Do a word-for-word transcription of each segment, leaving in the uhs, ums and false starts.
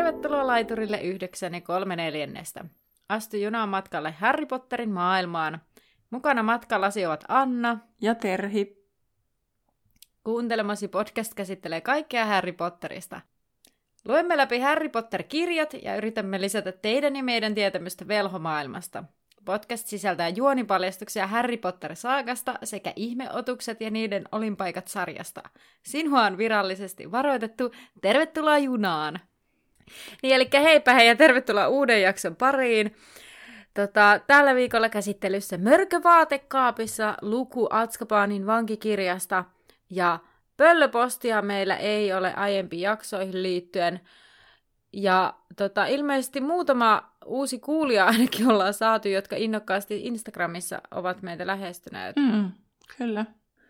Tervetuloa laiturille yhdeksän ja kolme neljännestä. Astu junaan matkalle Harry Potterin maailmaan. Mukana matkallasi ovat Anna ja Terhi. Kuuntelemasi podcast käsittelee kaikkea Harry Potterista. Luemme läpi Harry Potter-kirjat ja yritämme lisätä teidän ja meidän tietämystä velhomaailmasta. Podcast sisältää juonipaljastuksia Harry Potter-saagasta sekä ihmeotukset ja niiden olinpaikat sarjasta. Sinua on virallisesti varoitettu. Tervetuloa junaan! Niin, eli heipä hei ja tervetuloa uuden jakson pariin. Tota, tällä viikolla käsittelyssä Mörkö-vaatekaapissa luku Azkabanin vankikirjasta ja pöllöpostia meillä ei ole aiempiin jaksoihin liittyen. Ja tota, ilmeisesti muutama uusi kuulija ainakin ollaan saatu, jotka innokkaasti Instagramissa ovat meitä lähestyneet. Mm, kyllä.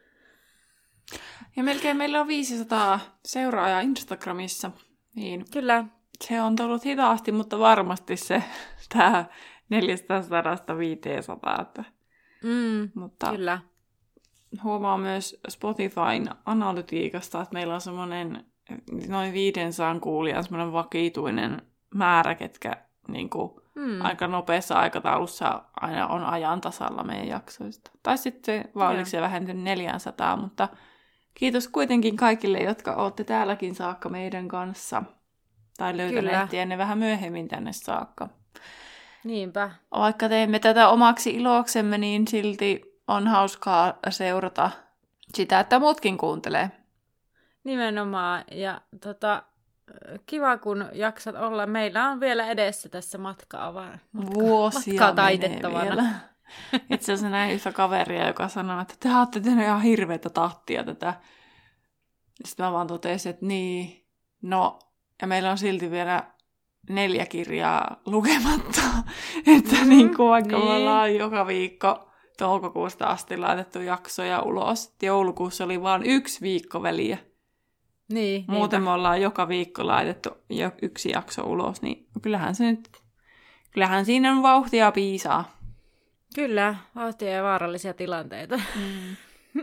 Ja melkein meillä on viisisataa seuraajaa Instagramissa. Niin Kyllä. Se on tullut hitaasti, mutta varmasti se tämä neljästäsadasta viiteensataan. Mm, mutta kyllä. Huomaa myös Spotifyn analytiikasta, että meillä on semmoinen noin viisisataa kuulijan semmoinen vakituinen määrä, ketkä niin kuin, mm. aika nopeassa aikataulussa aina on ajan tasalla meidän jaksoista. Tai sitten vaan oliko se vähentynyt neljäsataa, mutta kiitos kuitenkin kaikille, jotka olette täälläkin saakka meidän kanssa. Tai löytäneet tienne vähän myöhemmin tänne saakka. Niinpä. Vaikka teemme tätä omaksi iloksemme, niin silti on hauskaa seurata sitä, että muutkin kuuntelee. Nimenomaan. Ja tota, kiva, kun jaksat olla. Meillä on vielä edessä tässä matkaa vaan. Matka, Vuosia matkaa taitettavana. Itse asiassa näin yhtä kaveria, joka sanoi, että te olette tehneet ihan hirveätä tahtia tätä. Sitten mä vaan totesin, että niin, no, ja meillä on silti vielä neljä kirjaa lukematta. Että mm, niin kuin vaikka niin. Me ollaan joka viikko toukokuusta asti laitettu jaksoja ulos. Joulukuussa oli vain yksi viikko väliä. Niin, Muuten niinpä. me ollaan joka viikko laitettu jo yksi jakso ulos, niin kyllähän se nyt, kyllähän siinä on vauhtia piisaa. Kyllä, vauhtia ja vaarallisia tilanteita. Mm.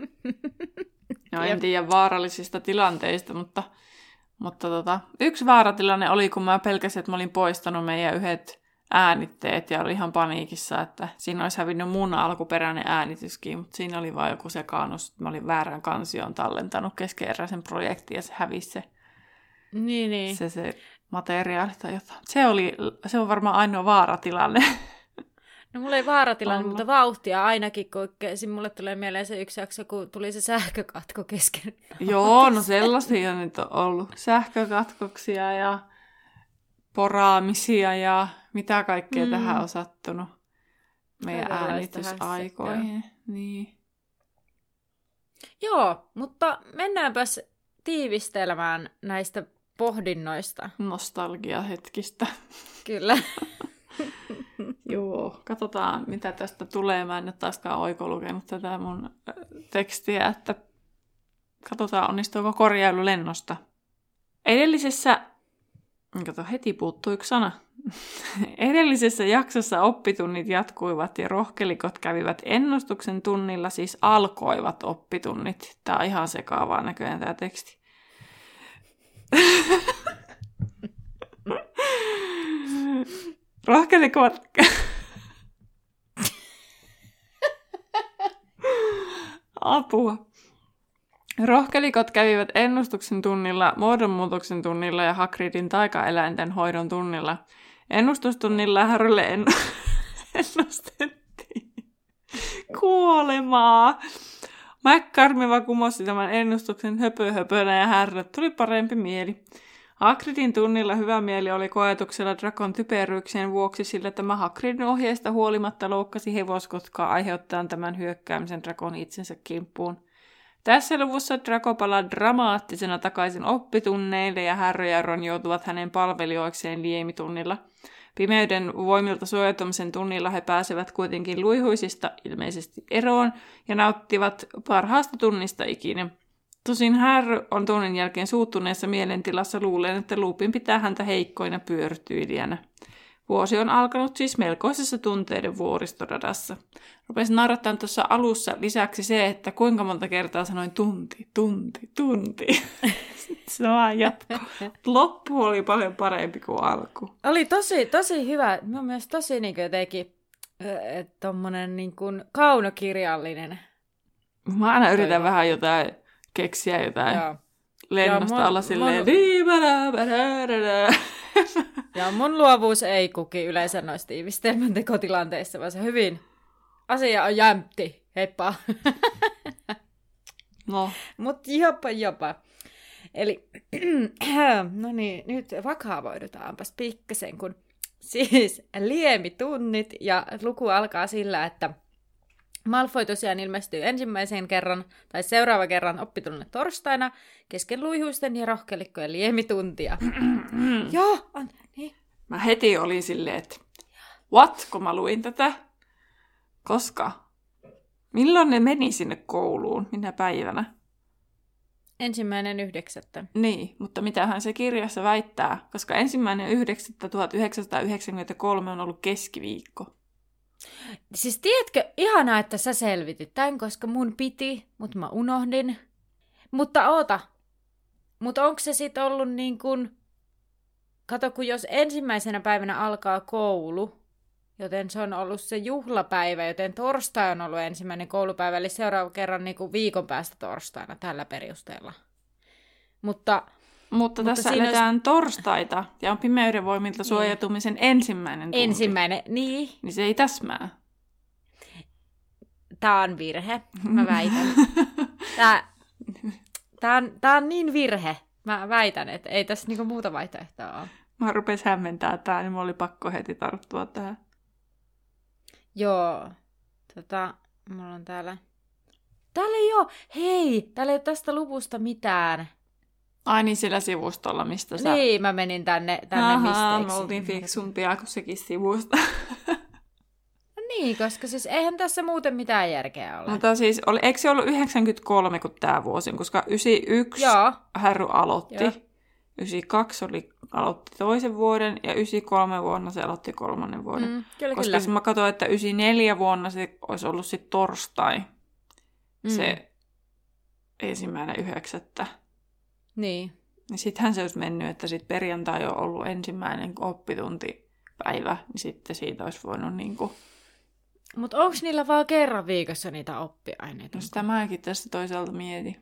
No en tiedä vaarallisista tilanteista, mutta, mutta tota, yksi vaaratilanne oli, kun mä pelkäsin, että mä olin poistanut meidän yhdet äänitteet ja oli ihan paniikissa, että siinä olisi hävinnyt mun alkuperäinen äänityskin, mutta siinä oli vaan joku sekaannus, että mä olin väärän kansion tallentanut keskeeräisen projektin ja se hävisi se, niin, niin. se, se materiaali tai jotain. Se, oli, se on varmaan ainoa vaaratilanne. No mulla ei vaaratilanne, Olla. mutta vauhtia ainakin, kun mulle tulee mieleen se yksi jakso, kun tuli se sähkökatko kesken. Joo, no sellaisia nyt on ollut. Sähkökatkoksia ja poraamisia ja mitä kaikkea mm. tähän on sattunut meidän äänitysaikoihin. Niin. Joo, mutta mennäänpäs tiivistelemään näistä pohdinnoista. Nostalgiahetkistä. Kyllä. Joo, katsotaan mitä tästä tulee. Mä en nyt taaskaan oikolukenut tätä mun tekstiä, että katsotaan onnistuuko korjailu lennosta. Edellisessä, kato heti puuttuu yksi sana. Edellisessä jaksossa oppitunnit jatkuivat ja rohkelikot kävivät ennustuksen tunnilla, siis alkoivat oppitunnit. Tää on ihan sekaavaa näköjään tää teksti. Rohkelikot... Apua. Rohkelikot kävivät ennustuksen tunnilla, muodonmuutoksen tunnilla ja Hagridin taikaeläinten hoidon tunnilla. Ennustustunnilla Harrylle en... ennustettiin kuolemaa. McCormiva kumosi tämän ennustuksen höpö höpönä ja Harrylle tuli parempi mieli. Hagridin tunnilla hyvä mieli oli koetuksella Drakon typeryyksien vuoksi, sillä tämä Hagridin ohjeista huolimatta loukkasi hevoskotkaa aiheuttaen tämän hyökkäämisen Drakon itsensä kimppuun. Tässä luvussa Draco palaa dramaattisena takaisin oppitunneille ja Harry ja Ron joutuvat hänen palvelijoikseen liemitunnilla. Pimeyden voimilta suojautumisen tunnilla he pääsevät kuitenkin luihuisista ilmeisesti eroon ja nauttivat parhaasta tunnista ikinä. Tosin Harry on tunnin jälkeen suuttuneessa mielentilassa luulen, että Lupin pitää häntä heikkoina pyörtyilijänä. Vuosi on alkanut siis melkoisessa tunteiden vuoristoradassa. Rupesin naurattaa tuossa alussa lisäksi se, että kuinka monta kertaa sanoin tunti, tunti, tunti. Se vaan jatko. Loppu oli paljon parempi kuin alku. Oli tosi, tosi hyvä. Mun mielestä tosi niin kuin jotenkin äh, tommonen niin kuin kaunokirjallinen. Mä aina yritän Toivo. vähän jotain keksiä jotain Joo. lennosta mun, olla silleen... Mun... Ja mun luovuus ei kuki yleensä noissa tiivistelmän tekotilanteissa, vaan se hyvin... Asia on jämpti. Heippa. No. Mut jopa jopa. Eli, no niin, nyt vakavoidutaanpas pikkasen, kun siis liemitunnit ja luku alkaa sillä, että Malfoy tosiaan ilmestyy ensimmäisen kerran, tai seuraava kerran oppitunnille torstaina, kesken luihuisten ja rohkelikkojen liemituntia. Joo, on, niin. Mä heti olin silleen, että what, kun mä luin tätä, koska milloin ne meni sinne kouluun, minä päivänä? Ensimmäinen yhdeksättä. Niin, mutta mitähän se kirjassa väittää, koska ensimmäinen yhdeksättä tuhatyhdeksänsataayhdeksänkymmentäkolme on ollut keskiviikko. Siis tiedätkö, ihanaa, että sä selvitit tämän, koska mun piti, mutta mä unohdin. Mutta oota, mutta onko se sitten ollut niin kuin, kato kun jos ensimmäisenä päivänä alkaa koulu, joten se on ollut se juhlapäivä, joten torstai on ollut ensimmäinen koulupäivä, eli seuraava kerran niin kuin viikon päästä torstaina tällä perusteella. Mutta, mutta, mutta tässä eletään olisi... torstaita ja on pimeyden voimilta suojautumisen niin. ensimmäinen tunti. Ensimmäinen, niin. Niin se ei täsmää. Tää on virhe, mä väitän. Tää, tää, on, tää on niin virhe, mä väitän, että ei tässä niinku muuta vaihtoehtoa ole. Mä rupes hämmentää tää, niin mulla oli pakko heti tarttua tähän. Joo, tota, mulla on täällä... Täällä ei oo, hei, täällä ei ole tästä luvusta mitään. Ai niin, sillä sivustolla, mistä sä... Niin, mä menin tänne, tänne Ahaa, misteeksi. me oltiin fiksumpia kuin sekin sivusta. No niin, koska siis eihän tässä muuten mitään järkeä ole. Mutta siis, oli, eikö se ollut yhdeksänkymmentäkolme kuin tää vuosi, koska yhdeksänkymmentäyksi Joo. Harry aloitti. Joo. yhdeksänkymmentäkaksi oli, aloitti toisen vuoden ja yhdeksänkymmentäkolme vuonna se aloitti kolmannen vuoden. Mm, kyllä, koska kyllä. Siis mä katsoin, että yhdeksänkymmentäneljä vuonna se olisi ollut sitten torstai. Mm. Se ensimmäinen yhdeksättä. Niin. Niin sittenhän se olisi mennyt, että sitten perjantai on ollut ensimmäinen oppituntipäivä, niin sitten siitä olisi voinut niinku... Mutta onko niillä vaan kerran viikossa niitä oppiaineita? No sitä mäkin tästä toisaalta mietin.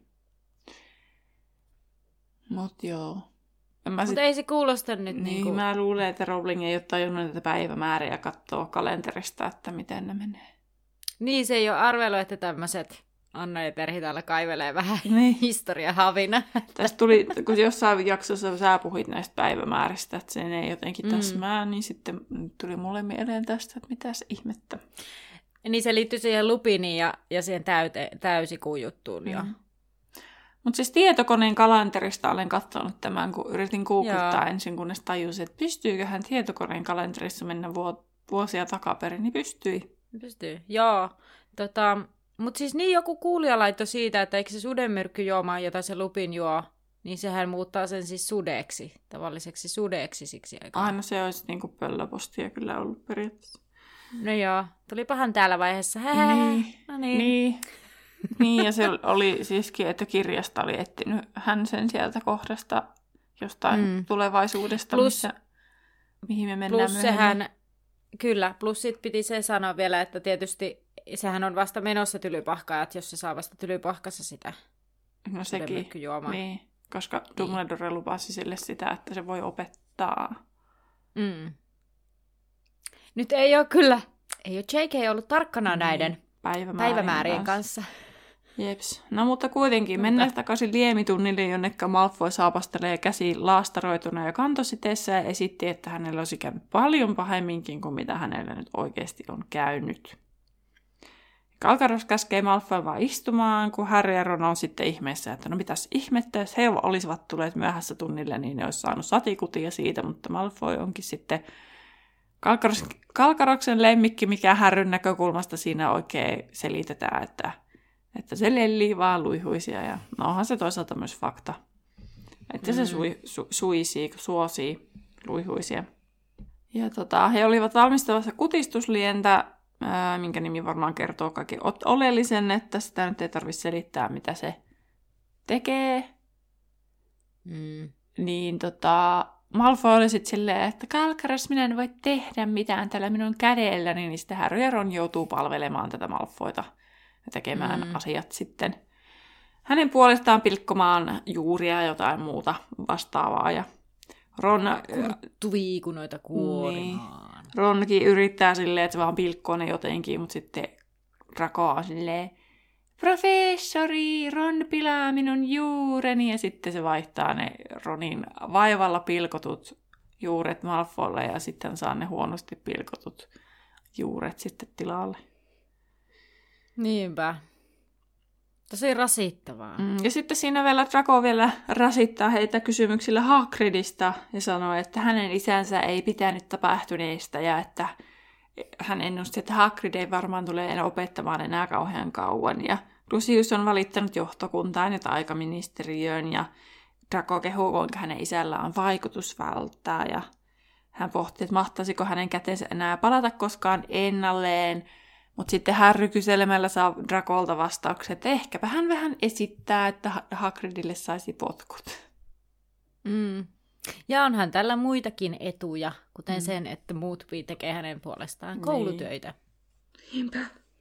Mut joo. Mutta sit... ei se kuulosta nyt niin, niinku... mä luulen, että Rowling ei ole tajunnut näitä päivämääriä ja katsoo kalenterista, että miten ne menee. Niin, se ei ole arvelu, että tämmöiset Anna ja Terhi täällä kaivelee vähän niin. historiahavina. Tästä tuli, kun jossain jaksossa sä puhuit näistä päivämääristä, että sen ei jotenkin täsmää, mm. niin sitten tuli mulle mieleen tästä, että mitäs ihmettä. Niin se liittyy siihen Lupiniin ja, ja siihen täyte, täysikuun juttuun mm. jo. Mutta siis tietokoneen kalenterista olen katsonut tämän, kun yritin googlettaa Joo. ensin, kunnes tajusin, että pystyyköhän tietokoneen kalenterissa mennä vuosia takaperin, niin pystyi. Pystyy, joo. Tota, mutta siis niin joku kuulija laittoi siitä, että eikö se sudenmyrkkyjuoma, jota se Lupin juo, niin sehän muuttaa sen siis sudeksi, tavalliseksi sudeksi siksi aikaa. Aina se olisi niinku pöllöpostia kyllä ollut periaatteessa. No joo, tulipahan täällä vaiheessa. Niin, no niin. niin. Niin, ja se oli siiskin, että kirjasta oli etsinyt hän sen sieltä kohdasta jostain mm. tulevaisuudesta, plus, missä, mihin me mennään plus sehän, kyllä, plus sit piti se sanoa vielä, että tietysti sehän on vasta menossa tylypahkaa, että jos se saa vasta tylypahkassa sitä no sekin, niin, koska Dumbledore niin. lupasi sille sitä, että se voi opettaa. Mm. Nyt ei ole kyllä, ei ole J K ollut tarkkana niin. näiden päivämäärien, päivämäärien kanssa. kanssa. Jeps. No mutta kuitenkin, mennään takaisin liemitunnille, jonnekka Malfoy saapastelee käsiin laastaroituna ja kantositeessä ja esitti, että hänellä olisi käynyt paljon pahemminkin kuin mitä hänellä nyt oikeasti on käynyt. Kalkaros käskee Malfoy vaan istumaan, kun Harry ja Ron on sitten ihmeessä, että no mitäs ihmettä, jos he olisivat tulleet myöhässä tunnille, niin ne olisi saanut satikutia siitä, mutta Malfoy onkin sitten Kalkaros, Kalkaroksen lemmikki, mikä Harryn näkökulmasta siinä oikein selitetään, että Että se lellii vaan luihuisia, ja no onhan se toisaalta myös fakta. Että mm. se sui, su, suisii, suosii luihuisia. Ja tota, he olivat valmistavassa kutistuslientä, ää, minkä nimi varmaan kertoo kaiken oleellisen, että sitä nyt ei tarvitse selittää, mitä se tekee. Mm. Niin tota, Malfoy oli sitten silleen, että Kalkaros, minä en voi tehdä mitään tällä minun kädelläni, niin sitten Harry ja Ron joutuu palvelemaan tätä Malfoyta ja tekemään mm. asiat sitten hänen puolestaan, pilkkomaan juuria ja jotain muuta vastaavaa. Ja Ron... Kurttuviikunoita kuorimaan. Niin. Ronkin yrittää silleen, että se vaan pilkkoo ne jotenkin, mutta sitten Draco on silleen, professori, Ron pilaa minun juureni, ja sitten se vaihtaa ne Ronin vaivalla pilkotut juuret Malfoylle, ja sitten saa ne huonosti pilkotut juuret sitten tilalle. Niinpä. Tosi rasittavaa. Mm, ja sitten siinä vielä Draco vielä rasittaa heitä kysymyksillä Hagridista, ja sanoo, että hänen isänsä ei pitänyt tapahtuneesta, ja että hän ennusti, että Hagrid ei varmaan tule enää opettamaan enää kauhean kauan. Ja Lucius on valittanut johtokuntaan ja taikaministeriöön. Ja Draco kehuu, kuinka hänen isällä on vaikutusvaltaa. Ja hän pohti, että mahtaisiko hänen kätensä enää palata koskaan ennalleen. Mutta sitten Harry kyselemällä saa Dracolta vastauksen, että ehkäpä hän vähän esittää, että Hagridille saisi potkut. Mm. Ja onhan tällä muitakin etuja, kuten mm. sen, että Moodbee tekee hänen puolestaan koulutöitä. Niinpä.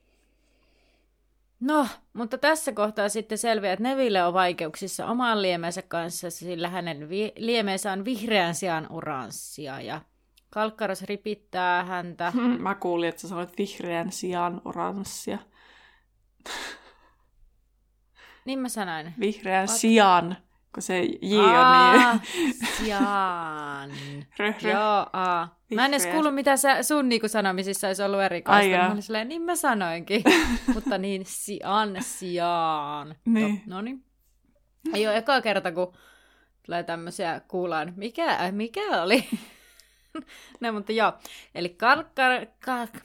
No, mutta tässä kohtaa sitten selviää, että Neville on vaikeuksissa oman liemensä kanssa, sillä hänen vi- liemeensä on vihreän sijaan oranssia, ja Kalkkaros ripittää häntä. Mä kuulin, että sä sanoit vihreän sijaan oranssia. Niin mä sanoin. Vihreän What? sijaan. Kun se J on niin... Sijaan. röh, röh. Joo, a. Mä en edes kuullut, mitä sä, sun niinku sanomisissa olisi ollut erikoista. Mä olin silleen, niin mä sanoinkin. Mutta niin, sian, sijaan. Niin. No niin. Ei ole eka kerta, kun tulee tämmöisiä, kuullaan, mikä, mikä oli? No, mutta joo. Eli kalkkar... Kalk...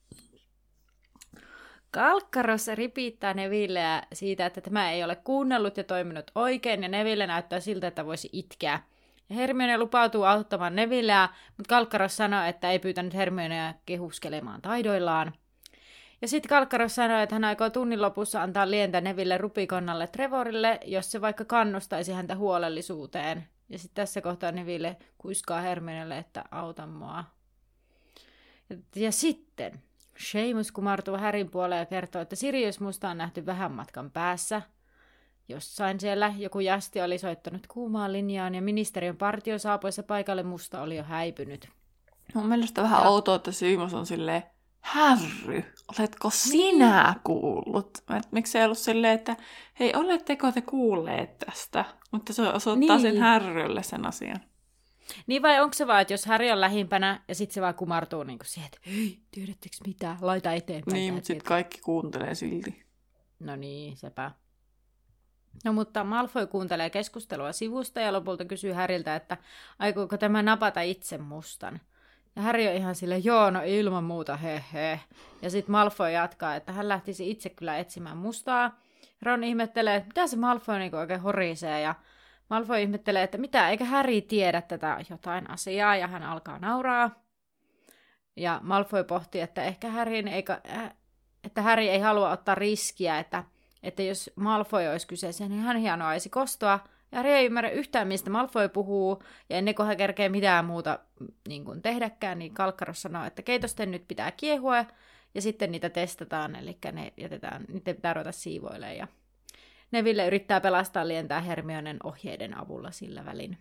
Kalkkaros ripittää Nevilleä siitä, että tämä ei ole kuunnellut ja toiminut oikein, ja Neville näyttää siltä, että voisi itkeä. Ja Hermione lupautuu auttamaan Nevilleä, mutta Kalkkaros sanoo, että ei pyytänyt Hermionea kehuskelemaan taidoillaan. Ja sitten Kalkkaros sanoo, että hän aikoo tunnin lopussa antaa lientä Neville Rubikonnalle Trevorille, jos se vaikka kannustaisi häntä huolellisuuteen. Ja sitten tässä kohtaa Neville kuiskaa Hermionelle, että auta mua. Ja, ja sitten... Seamus kumartuu Harryn puoleen ja kertoo, että Sirius Musta on nähty vähän matkan päässä. Jossain siellä joku jästi oli soittanut kuumaan linjaan ja ministeriön partion saapuessa paikalle Musta oli jo häipynyt. Mun mielestä vähän ja... outoa, että Seamus on silleen, Harry, oletko sinä niin. kuullut? Miksi ei ollut silleen, että hei, oletteko te kuulleet tästä? Mutta se osoittaa niin. sen Harrylle sen asian. Niin vai onko se vaan, että jos Harry on lähimpänä ja sitten se vaan kumartuu niin kuin siihen, että hei, tiedättekö mitä, laita eteenpäin. Niin, mutta sitten kaikki kuuntelee silti. No niin, sepä. No mutta Malfoy kuuntelee keskustelua sivusta ja lopulta kysyy Harryltä, että aikooko tämä napata itse Mustan. Ja Harry on ihan silleen, joo, no ilman muuta, he he. Ja sitten Malfoy jatkaa, että hän lähtisi itse kyllä etsimään Mustaa. Ron ihmettelee, että mitä se Malfoy niin oikein horisee ja Malfoy ihmettelee, että mitä, eikä Harry tiedä tätä jotain asiaa, ja hän alkaa nauraa. Ja Malfoy pohtii, että ehkä Harryn ei, että Harry ei halua ottaa riskiä, että, että jos Malfoy olisi kyseessä, niin hän hienoaisi kostoa. Ja Harry ei ymmärrä yhtään, mistä Malfoy puhuu, ja ennen kuin hän kerkee mitään muuta niin kuin tehdäkään, niin Kalkkaros sanoo, että keitosten nyt pitää kiehua, ja sitten niitä testataan, eli ne jätetään, niitä pitää ruveta siivoilemaan, ja Neville yrittää pelastaa lientää Hermionen ohjeiden avulla sillä välin.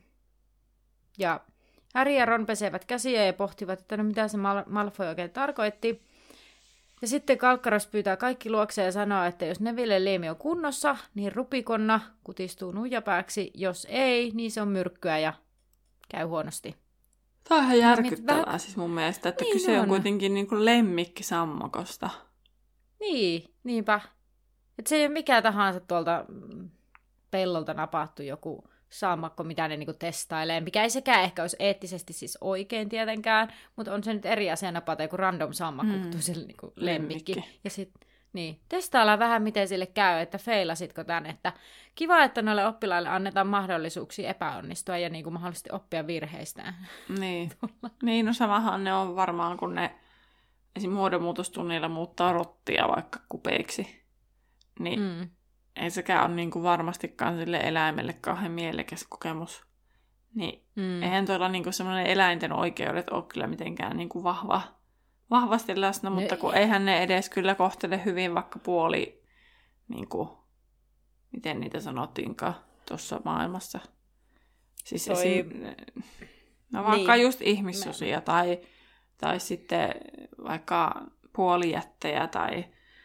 Ja Harry ja Ron pesevät käsiä ja pohtivat, että no mitä se Mal- Malfoy oikein tarkoitti. Ja sitten Kalkkaros pyytää kaikki luokseen ja sanoo, että jos Neville liemi on kunnossa, niin Rubikonna kutistuu nuijapääksi. Jos ei, niin se on myrkkyä ja käy huonosti. Tämä on ihan järkyttävää vähän... siis mun mielestä, että niin kyse on, on kuitenkin niin kuin lemmikkisammakosta. Niin, niinpä. Että se ei ole mikään tahansa tuolta pellolta napattu joku sammakko, mitä ne niinku testailee, mikä ei sekään ehkä olisi eettisesti siis oikein tietenkään, mutta on se nyt eri asia napata joku random sammakko, mm. kuin niinku lemmikki. lemmikki. Ja sitten Niin, testaillaan vähän, miten sille käy, että feilasitko tämän, että kiva, että noille oppilaille annetaan mahdollisuuksia epäonnistua ja niin kuin mahdollisesti oppia virheistään. Niin, niin no samahan ne on varmaan, kun ne esim. Muodonmuutostunnilla muuttaa rottia vaikka kupeiksi, niin mm. ei sekään ole niin kuin varmastikaan sille eläimelle kauhean mielekäs kokemus. Niin mm. eihän tuolla niin kuin semmoinen eläinten oikeudet ole kyllä mitenkään niin kuin vahva, vahvasti läsnä, mutta kun eihän ne edes kyllä kohtele hyvin vaikka puoli, niin kuin, miten niitä sanottiinkaan tuossa maailmassa. Siis Toi... esim, no vaikka niin. just ihmissusia tai, tai sitten vaikka puolijättejä tai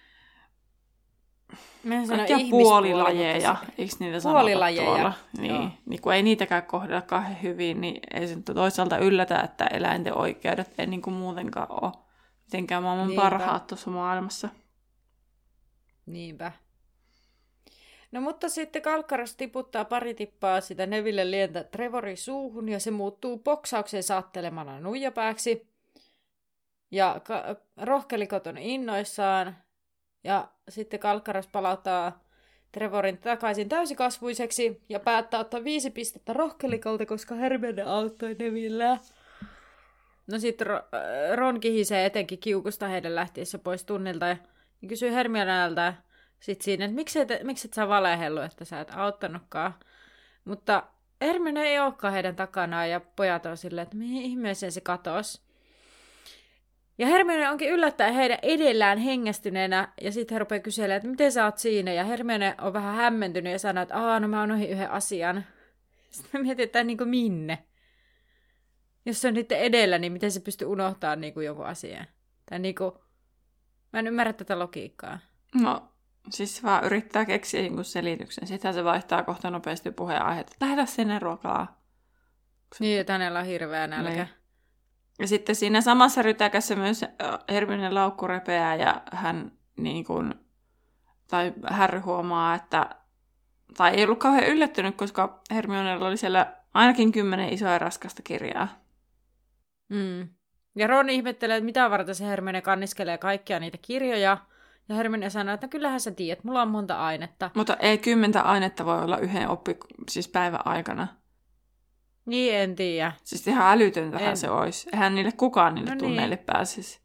kaikkia puolilajeja, eikö niitä sanota tuolla? Niin, niin kun ei niitäkään kohdella kauhean hyvin, niin ei se toisaalta yllätä, että eläinten oikeudet ei niin kuin muutenkaan ole mitenkään maailman Niinpä. parhaat tuossa maailmassa. Niinpä. No mutta sitten Kalkkaros tiputtaa pari tippaa sitä Neville lientä Trevorin suuhun ja se muuttuu boksauksen saattelemana nuijapääksi. Ja ka- rohkelikot on innoissaan. Ja sitten Kalkkaros palauttaa Trevorin takaisin täysikasvuiseksi ja päättää ottaa viisi pistettä rohkelikolta, koska Hermione auttoi Nevilleä. No sitten Ron kihisee etenkin kiukusta heidän lähtiessä pois tunnilta ja kysyy Hermioneltä sitten siinä, että miksi et, miksi et sä valehellut, että sä et auttanutkaan. Mutta Hermione ei olekaan heidän takanaan ja pojat on silleen, että mihin ihmeeseen se katosi. Ja Hermione onkin yllättäen heidän edellään hengästyneenä, ja sitten he rupeaa kyselemään, että miten sä oot siinä, ja Hermione on vähän hämmentynyt ja sanoo, että aah, no mä unohdin yhden asian. Sitten me mietitään, että niin kuin minne. Jos se on niiden edellä, niin miten se pystyy unohtamaan niin kuin jonkun asian. Tai niin kuin, mä en ymmärrä tätä logiikkaa. No, siis vaan yrittää keksiä jonkun selityksen. Sitten se vaihtaa kohta nopeasti puheenaihetta. Lähetä sinne ruokaa. Niin, että hänellä on hirveä nälkä. Niin. Ja sitten siinä samassa rytäkässä myös Hermione laukku repeää ja hän niin kuin, tai Harry huomaa, että, tai ei ollut kauhean yllättynyt, koska Hermionella oli siellä ainakin kymmenen isoa ja raskasta kirjaa. Mm. Ja Ron ihmettelee, että mitä varten se Hermione kanniskelee kaikkia niitä kirjoja. Ja Hermione sanoo, että no kyllähän sä tiedät, mulla on monta ainetta. Mutta ei kymmentä ainetta voi olla yhden oppi, siis päivän aikana. Niin, en tiedä. Siis ihan älytöntähän en. se olisi. Eihän niille kukaan niille no tunneille niin. pääsisi.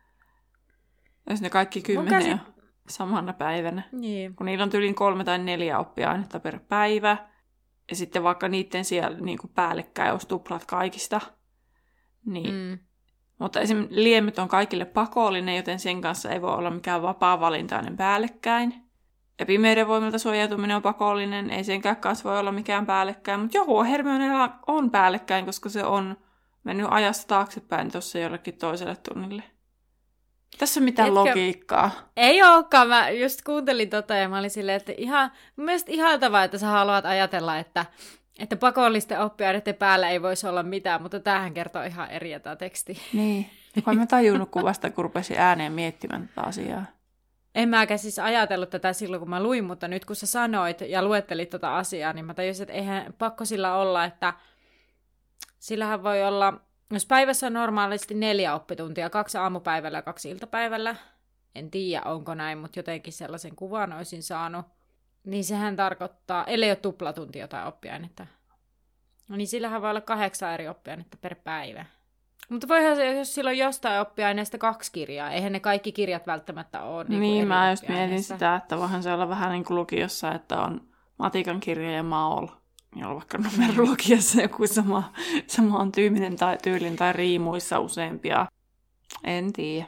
Jos ne kaikki kymmenen käsi... samana päivänä. Niin. Kun niillä on tyyliin kolme tai neljä oppiainetta per päivä. Ja sitten vaikka niiden siellä niin kuin päällekkäin olisi tuplat kaikista. Niin. Mm. Mutta esimerkiksi liemet on kaikille pakollinen, joten sen kanssa ei voi olla mikään vapaa-valintainen päällekkäin. Ja pimeyden voimilta suojautuminen on pakollinen, ei senkään kanssa voi olla mikään päällekkäin. Mutta joku Hermionella on päällekkäin, koska se on mennyt ajasta taaksepäin tuossa jollekin toiselle tunnille. Tässä on mitään Etkö... logiikkaa. Ei olekaan. Mä just kuuntelin tota ja mä olin silleen, että ihan, mun mielestä ihailtavaa, että sä haluat ajatella, että, että pakollisten oppiaineiden päällä ei voisi olla mitään, mutta tämähän kertoo ihan eri tämä teksti. Niin. Olen mä tajunnut, kun vasta kun rupesin ääneen miettimään tätä asiaa. En mäkään siis ajatellut tätä silloin, kun mä luin, mutta nyt kun sä sanoit ja luettelit tota asiaa, niin mä tajusin, että eihän pakko sillä olla, että sillähän voi olla, jos päivässä on normaalisti neljä oppituntia, kaksi aamupäivällä ja kaksi iltapäivällä, en tiedä onko näin, mutta jotenkin sellaisen kuvan olisin saanut, niin sehän tarkoittaa, ellei ole tuplatunti jotain oppiainetta, niin sillähän voi olla kahdeksan eri oppiainetta per päivä. Mutta voihan se, jos sillä on jostain oppiaineesta kaksi kirjaa, eihän ne kaikki kirjat välttämättä ole. Niin, niin mä just mietin sitä, että voihan se olla vähän niin kuin lukiossa, että on matikan kirja ja maol. Ja on vaikka numerologiassa joku sama, samaan tyyminen tai tyylin tai riimuissa useampia. En tiedä.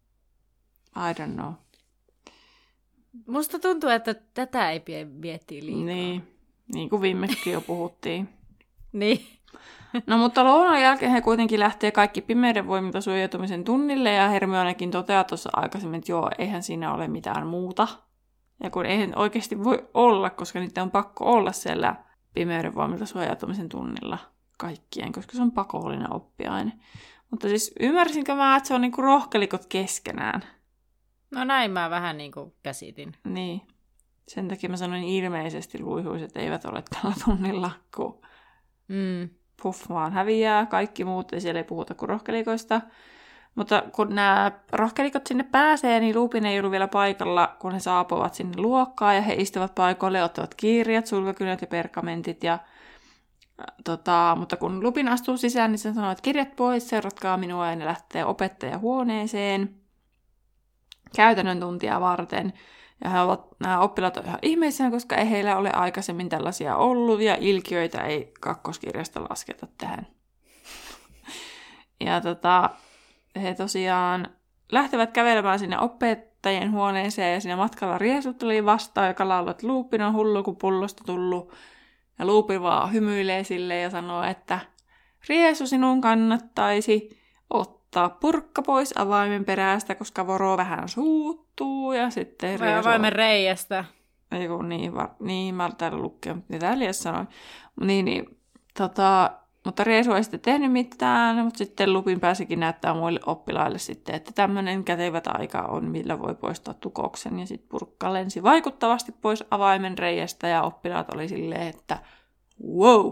I don't know. Musta tuntuu, että tätä ei pidä miettiä liikaa. Niin, niin kuin viimeksi jo puhuttiin. Niin. No mutta lounan jälkeen he kuitenkin lähtee kaikki pimeyden voimilta suojautumisen tunnille ja Hermionekin toteaa tuossa aikaisemmin, että joo, eihän siinä ole mitään muuta. Ja kun eihän oikeasti voi olla, koska niitä on pakko olla siellä pimeyden voimilta suojautumisen tunnilla kaikkien, koska se on pakollinen oppiaine. Mutta siis ymmärsinkö mä, että se on niinku rohkelikot keskenään? No näin mä vähän niinku käsitin. Niin. Sen takia mä sanoin ilmeisesti luihuiset eivät ole tällä tunnilla, kun... Mm. Puff vaan häviää, kaikki muut, ja siellä ei puhuta kuin rohkelikoista. Mutta kun nämä rohkelikot sinne pääsee, niin Lupin ei ollut vielä paikalla, kun he saapuvat sinne luokkaan ja he istuvat paikoille, ottavat kirjat, sulkakynät ja pergamentit. Ja, tota, mutta kun Lupin astuu sisään, niin se sanoo, että kirjat pois, seuratkaa minua, ja ne lähtee opettajahuoneeseen käytännön tuntia varten. Ja he ovat, nämä oppilaat ovat ihan ihmeissään, koska ei heillä ole aikaisemmin tällaisia ollut, ja ilkiöitä ei kakkoskirjasta lasketa tähän. Ja tota, he tosiaan lähtevät kävelemään sinne opettajien huoneeseen, ja siinä matkalla Riesu tuli vastaan, joka lauloi, että Lupin on hullu, kun pullosta tullut. Ja Lupin vaan hymyilee silleen ja sanoo, että Riesu, sinun kannattaisi ottaa purkka pois avaimen perästä, koska voro vähän suuttuu. Ja sitten vai Riesu... avaimen reiästä. Ei kun niin, va... niin mä täällä lukea, mitä Elias sanoi. Niin, niin, tota... Mutta Riesu ei sitten tehnyt mitään, mutta sitten Lupin pääsikin näyttää muille oppilaille sitten, että tämmöinen kätevät aika on, millä voi poistaa tukoksen. Ja sitten purkka lensi vaikuttavasti pois avaimen reiästä ja oppilaat oli silleen, että wow!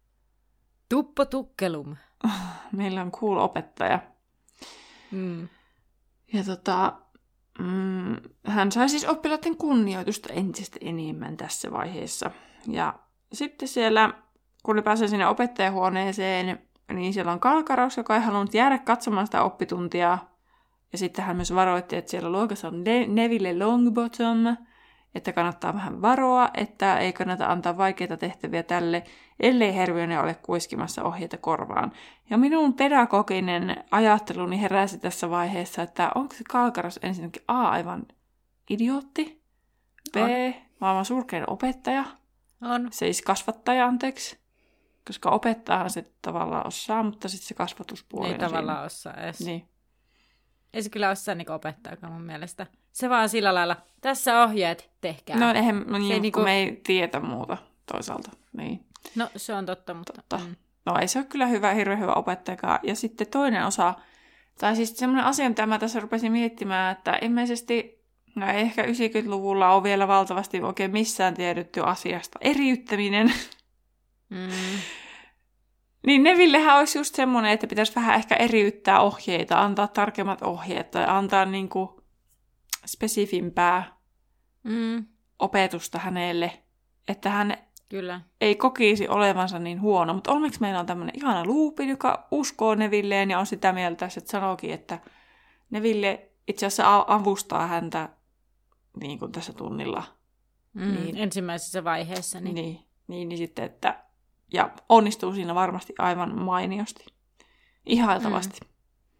Tuppo tukkelum. Meillä on cool opettaja. Mm. Ja tota, mm, hän sai siis oppilaiden kunnioitusta entistä enemmän tässä vaiheessa. Ja sitten siellä... Kun ne pääsee sinne opettajahuoneeseen, niin siellä on Kalkaros, joka ei halunnut jäädä katsomaan sitä oppituntia. Ja sitten hän myös varoitti, että siellä luokassa on Neville Longbottom, että kannattaa vähän varoa, että ei kannata antaa vaikeita tehtäviä tälle, ellei Hermione ole kuiskimassa ohjeita korvaan. Ja minun pedagoginen ajatteluni heräsi tässä vaiheessa, että onko se Kalkaros ensinnäkin A aivan idiootti, B maailman surkein opettaja, on. Siis kasvattaja, anteeksi. Koska opettaahan se tavallaan osaa, mutta sitten se kasvatuspuoli ei on tavallaan siinä. osaa edes. Niin. Ei se kyllä osaa niin opettaakaan mun mielestä. Se vaan sillä lailla, tässä ohjeet, tehkää. No eihän, no niin, kun niinku... me ei tietä muuta toisaalta. Niin. No se on totta, mutta... Totta. Mm. No ei se ole kyllä hyvä, hirveän hyvä opettajakaan. Ja sitten toinen osa, tai siis semmoinen asia, mitä mä tässä rupesin miettimään, että ilmeisesti, no ei ehkä yhdeksänkymmentäluvulla ole vielä valtavasti oikein missään tiedetty asiasta. Eriyttäminen. Mm. Niin Nevillehän olisi just semmoinen, että pitäisi vähän ehkä eriyttää ohjeita, antaa tarkemmat ohjeet tai antaa niinku spesifimpää Mm. opetusta hänelle, että hän Kyllä. ei kokisi olevansa niin huono. Mutta onneksi meillä on tämmöinen ihana Lupin, joka uskoo Nevilleen ja on sitä mieltä, että sanookin, että Neville itse asiassa avustaa häntä niin kuin tässä tunnilla. Mm. Niin. Ensimmäisessä vaiheessa. Niin. Niin, niin, niin sitten, että ja onnistuu siinä varmasti aivan mainiosti. Ihailtavasti. Mm.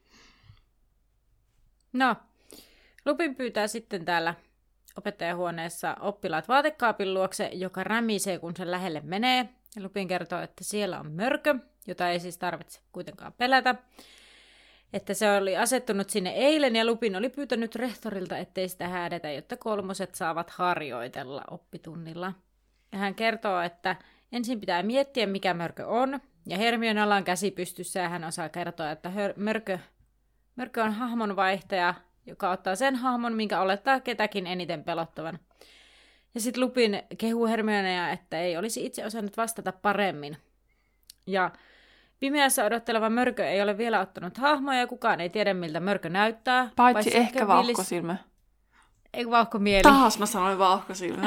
No, Lupin pyytää sitten täällä opettajahuoneessa oppilaat vaatekaapin luokse, joka rämisee, kun sen lähelle menee. Ja Lupin kertoo, että siellä on mörkö, jota ei siis tarvitse kuitenkaan pelätä. Että se oli asettunut sinne eilen ja Lupin oli pyytänyt rehtorilta, ettei sitä häädetä, jotta kolmoset saavat harjoitella oppitunnilla. Ja hän kertoo, että ensin pitää miettiä, mikä mörkö on. Ja Hermionella on käsi pystyssä ja hän osaa kertoa, että hör- mörkö, mörkö on hahmonvaihtaja, joka ottaa sen hahmon, minkä olettaa ketäkin eniten pelottavan. Ja sitten Lupin kehuu Hermionea, että ei olisi itse osannut vastata paremmin. Ja pimeässä odotteleva mörkö ei ole vielä ottanut hahmoja ja kukaan ei tiedä, miltä mörkö näyttää. Paitsi ehkä vauhkosilmä. Villis... Ei vauhkomieli. Taas mä sanoin vauhkosilmä.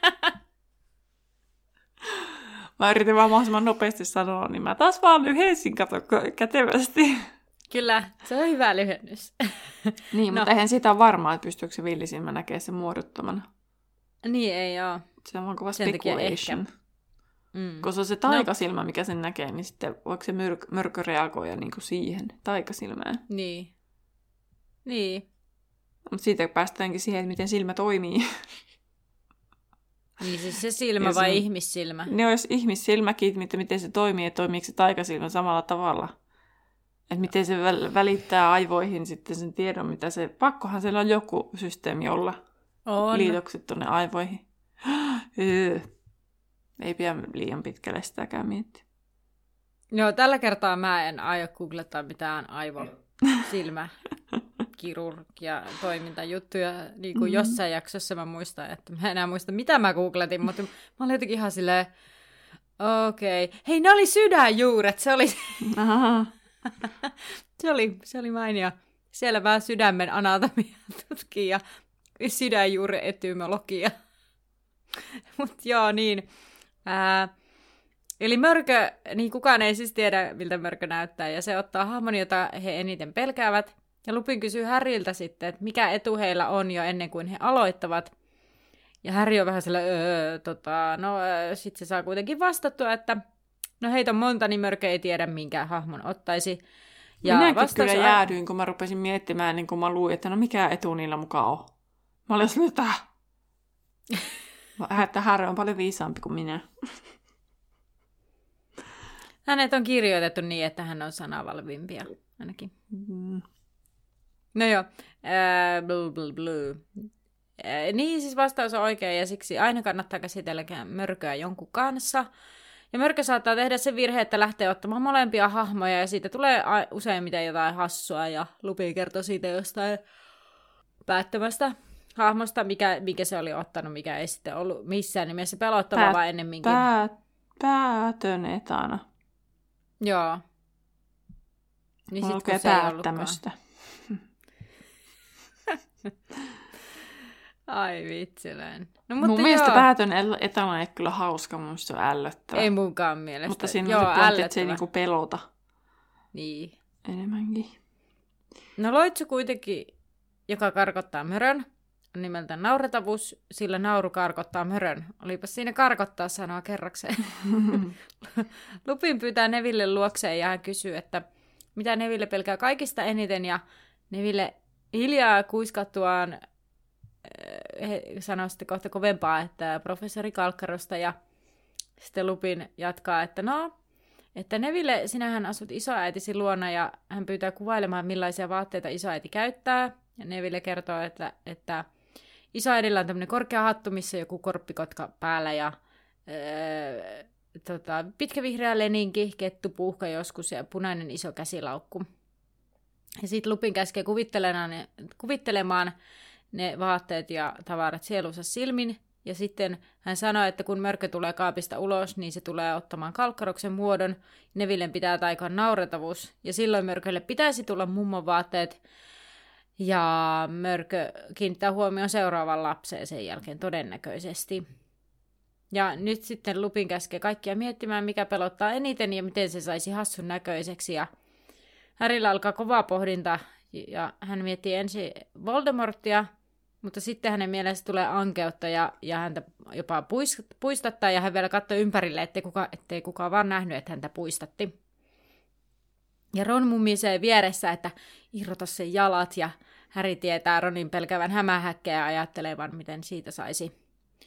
Mä yritin vaan mahdollisimman nopeasti sanoa, niin mä taas vaan lyhensin, kato kätevästi. Kyllä, se on hyvä lyhennys. Niin, no. Mutta eihän siitä ole varmaa, että pystyykö se villisilmä näkemään sen muodottomana. Niin, ei oo. Se on vaan kova Sen speculation. Mm. Kun se on se taikasilmä, mikä sen näkee, niin sitten voiko se myr- mörkö reagoida niin kuin siihen taikasilmään. Niin. Niin. Mutta siitä päästäänkin siihen, että miten silmä toimii. Niin siis se silmä Jos vai on... ihmissilmä? Ne olisi ihmissilmäkin, että miten se toimii, että toimiiko se taikasilmä samalla tavalla. Että miten se välittää aivoihin sitten sen tiedon, mitä se... Pakkohan siellä on joku systeemi olla. On. Liitokset tuonne aivoihin. Ei pidä liian pitkälle sitäkään miettiä. Joo, tällä kertaa mä en aio googlettaa mitään aivosilmäkirurgia toimintajuttuja. Niin kuin mm-hmm. jossain jaksossa mä muistan, että mä enää muista, mitä mä googletin, mutta mä olin jotenkin ihan silleen, okei. Okay. Hei, ne oli sydänjuuret, se oli... Aha. se, oli, se oli mainio. siellä vähän sydämen anatomia tutkii ja sydänjuureetymologia. Mutta joo, niin. Ää, eli mörkö, niin kukaan ei siis tiedä, miltä mörkö näyttää, ja se ottaa hahmon, jota he eniten pelkäävät. Ja Lupin kysyy Harryltä sitten, että mikä etu heillä on jo ennen kuin he aloittavat. Ja Harry on vähän sellainen, öö, tota, no öö, sit se saa kuitenkin vastattua, että no heitä on monta, niin mörkö ei tiedä, minkä hahmon ottaisi. Ja minäkin kyllä jäädyin, kun mä rupesin miettimään, niin kun mä luin, että no mikä etu niillä mukaan on. Mä olin sellainen, että että Harry on paljon viisaampi kuin minä. Hänet on kirjoitettu niin, että hän on sanavalvimpia ainakin. Mm. No joo. Äh, blu, blu, blu. Äh, niin, siis vastaus on oikea ja siksi aina kannattaa käsitellä mörköä jonkun kanssa. Ja mörkö saattaa tehdä se virhe, että lähtee ottamaan molempia hahmoja ja siitä tulee useimmiten jotain hassua ja Lupin kertoo siitä jostain päättömästä hahmosta, mikä, mikä se oli ottanut, mikä ei sitten ollut missään nimessä pelottavaa, Päät, vaan ennemminkin. Päät, päätön etana. Joo. Niin sit, kun se päättämöstä. Ai vitsilään. No, mun mielestä joo. Päätön etana ei kyllä hauska, mun mielestä se on ällöttävä. Ei munkaan mielestä. Mutta siinä joo, on se pointti, että se ei niinku pelota. Niin. Enemmänkin. No loitsu kuitenkin, joka karkottaa mörön, on nimeltään nauretavuus, sillä nauru karkottaa mörön. Olipas siinä karkottaa sanoa kerrakseen. Lupin pyytää Neville luokseen ja hän kysyy, että mitä Neville pelkää kaikista eniten. Ja Neville hiljaa kuiskattuaan he sanoo sitten kohta kovempaa, että professori Kalkkarosta. Ja sitten Lupin jatkaa, että no, että Neville, sinähän asut isoäitisi luona ja hän pyytää kuvailemaan, millaisia vaatteita isoäiti käyttää. Ja Neville kertoo, että, että isoäidillä on tämmöinen korkea hattu, missä on joku korppikotka päällä ja öö, tota, pitkä vihreä leninki, kettupuuhka joskus ja punainen iso käsilaukku. Ja sitten Lupin käskee kuvittelemaan ne, kuvittelemaan ne vaatteet ja tavarat sielunsa silmin. Ja sitten hän sanoi, että kun mörkö tulee kaapista ulos, niin se tulee ottamaan Kalkkaroksen muodon. Nevillen pitää taikaa nauretavuus. Ja silloin mörkölle pitäisi tulla mummon vaatteet. Ja mörkö kiinnittää huomioon seuraavan lapseen sen jälkeen todennäköisesti. Ja nyt sitten Lupin käskee kaikkia miettimään, mikä pelottaa eniten ja miten se saisi hassun näköiseksi. Ja Harryllä alkaa kovaa pohdinta ja hän miettii ensin Voldemortia, mutta sitten hänen mielessä tulee ankeutta ja, ja häntä jopa puistattaa ja hän vielä katsoo ympärille, ettei, kuka, ettei kukaan vaan nähnyt, että häntä puistatti. Ja Ron mummisee vieressä, että irrota sen jalat ja Harry tietää Ronin pelkävän hämähäkkejä ja ajattelevan, miten siitä saisi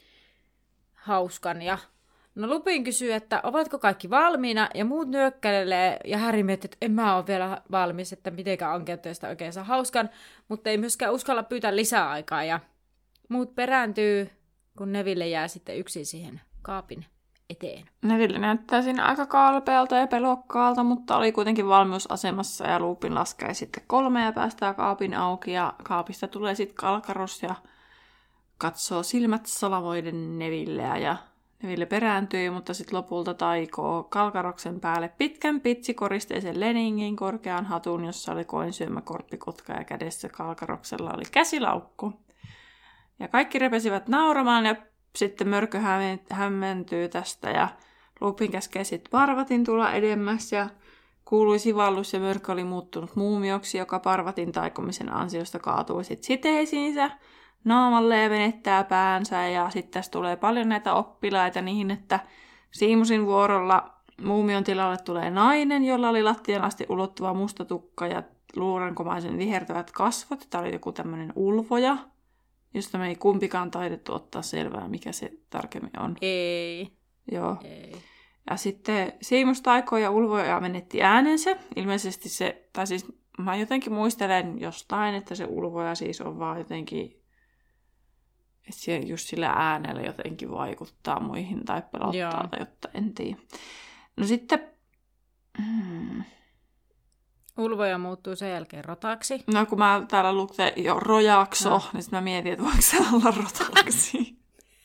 hauskan. Ja no Lupin kysyy, että ovatko kaikki valmiina ja muut nyökkäilee ja Harry miettii, että en mä ole vielä valmis, että mitenkään ankeuttajasta oikein saa hauskan, mutta ei myöskään uskalla pyytää lisää aikaa ja muut perääntyy, kun Neville jää sitten yksin siihen kaapin eteen. Neville näyttää siinä aika kalpealta ja pelokkaalta, mutta oli kuitenkin valmiusasemassa ja Lupin laskee sitten kolme ja päästää kaapin auki ja kaapista tulee sitten Kalkkaros ja katsoo silmät salavoiden Nevilleä ja Neville perääntyy, mutta sitten lopulta taikoo Kalkkaroksen päälle pitkän pitsikoristeisen leningin korkean hatun, jossa oli koinsyömä korppikotka ja kädessä Kalkkaroksella oli käsilaukku. Ja kaikki repesivät nauramaan ja sitten mörkö hämmentyy tästä ja Lupin käskee sitten Parvatin tulla edemmäs ja kuului sivallus ja mörkö oli muuttunut muumioksi, joka Parvatin taikomisen ansiosta kaatui sitten siteisiinsä naamalle ja venettää päänsä ja sitten tässä tulee paljon näitä oppilaita niin, että Seamusin vuorolla muumion tilalle tulee nainen, jolla oli lattian asti ulottuva musta tukka ja luurankomaisen vihertävät kasvot. Tämä oli joku tämmöinen ulvoja, josta me ei kumpikaan taidettu ottaa selvää, mikä se tarkemmin on. Ei. Joo. Ei. Ja sitten Seamus taikoi ja ulvoja menetti äänensä. Ilmeisesti se, tai siis mä jotenkin muistelen jostain, että se ulvoja siis on vaan jotenkin, että se just sillä äänellä jotenkin vaikuttaa muihin tai pelottaa Joo. tai jotta en tiedä. No sitten hmm. Ulvoja muuttuu sen jälkeen rotaksi. No kun mä täällä lukte jo rojakso, no. Niin sitten mä mietin, että voiko se olla rotaksi.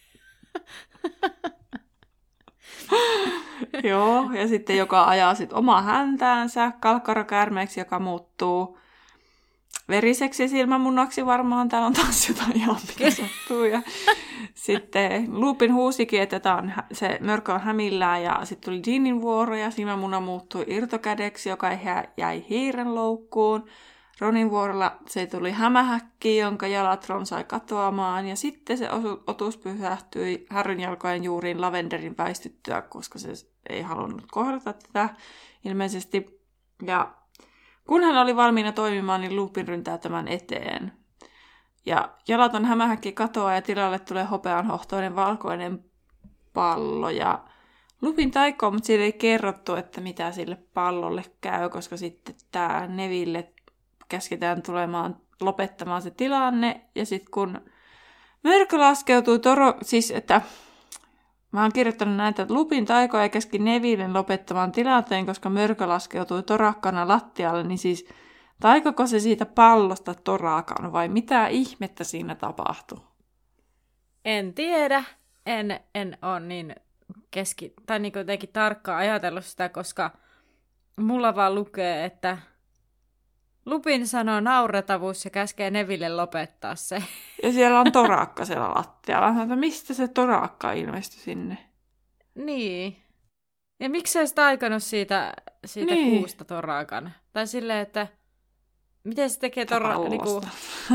Joo, ja sitten joka ajaa sit omaa häntäänsä, kalkkarokäärmeeksi, joka muuttuu veriseksi silmämunaksi varmaan. Täällä on taas jotain ihan mikä sattuu. Ja sitten Lupin huusikin, että tää on, se mörkö on hämillään. Ja sitten tuli Ginnin vuoro ja silmämuna muuttui irtokädeksi, joka jäi hiiren loukkuun. Ronin vuorolla se tuli hämähäkki, jonka jalat Ron sai katoamaan. Ja sitten se otus pysähtyi Harryn jalkojen juuriin Lavenderin väistyttyä, koska se ei halunnut kohdata tätä ilmeisesti. Ja kun hän oli valmiina toimimaan, niin Lupin ryntää tämän eteen. Ja jalaton hämähäkki katoaa ja tilalle tulee hopeanhohtoinen valkoinen pallo. Ja Lupin taikoo, mutta siitä ei kerrottu, että mitä sille pallolle käy, koska sitten tämä Neville käsketään tulemaan lopettamaan se tilanne. Ja sitten kun mörkö laskeutuu toro... Siis, että... Mä oon kirjoittanut näitä, että Lupin taikoo ja käski Nevillen lopettamaan tilanteen, koska mörkö laskeutui torakkana lattialle, niin siis taikoko se siitä pallosta torakan vai mitä ihmettä siinä tapahtui? En tiedä. En, en ole niin keski... tai niin jotenkin tarkkaan ajatellut sitä, koska mulla vaan lukee, että Lupin sanoo nauretavuus ja käskee Neville lopettaa se. Ja siellä on torakka siellä lattialla. Että mistä se torakka ilmestyi sinne? Niin. Ja miksi sä sitä aikanut siitä, siitä niin. kuusta torakan? Tai silleen, että miten se tekee torakan? Niinku...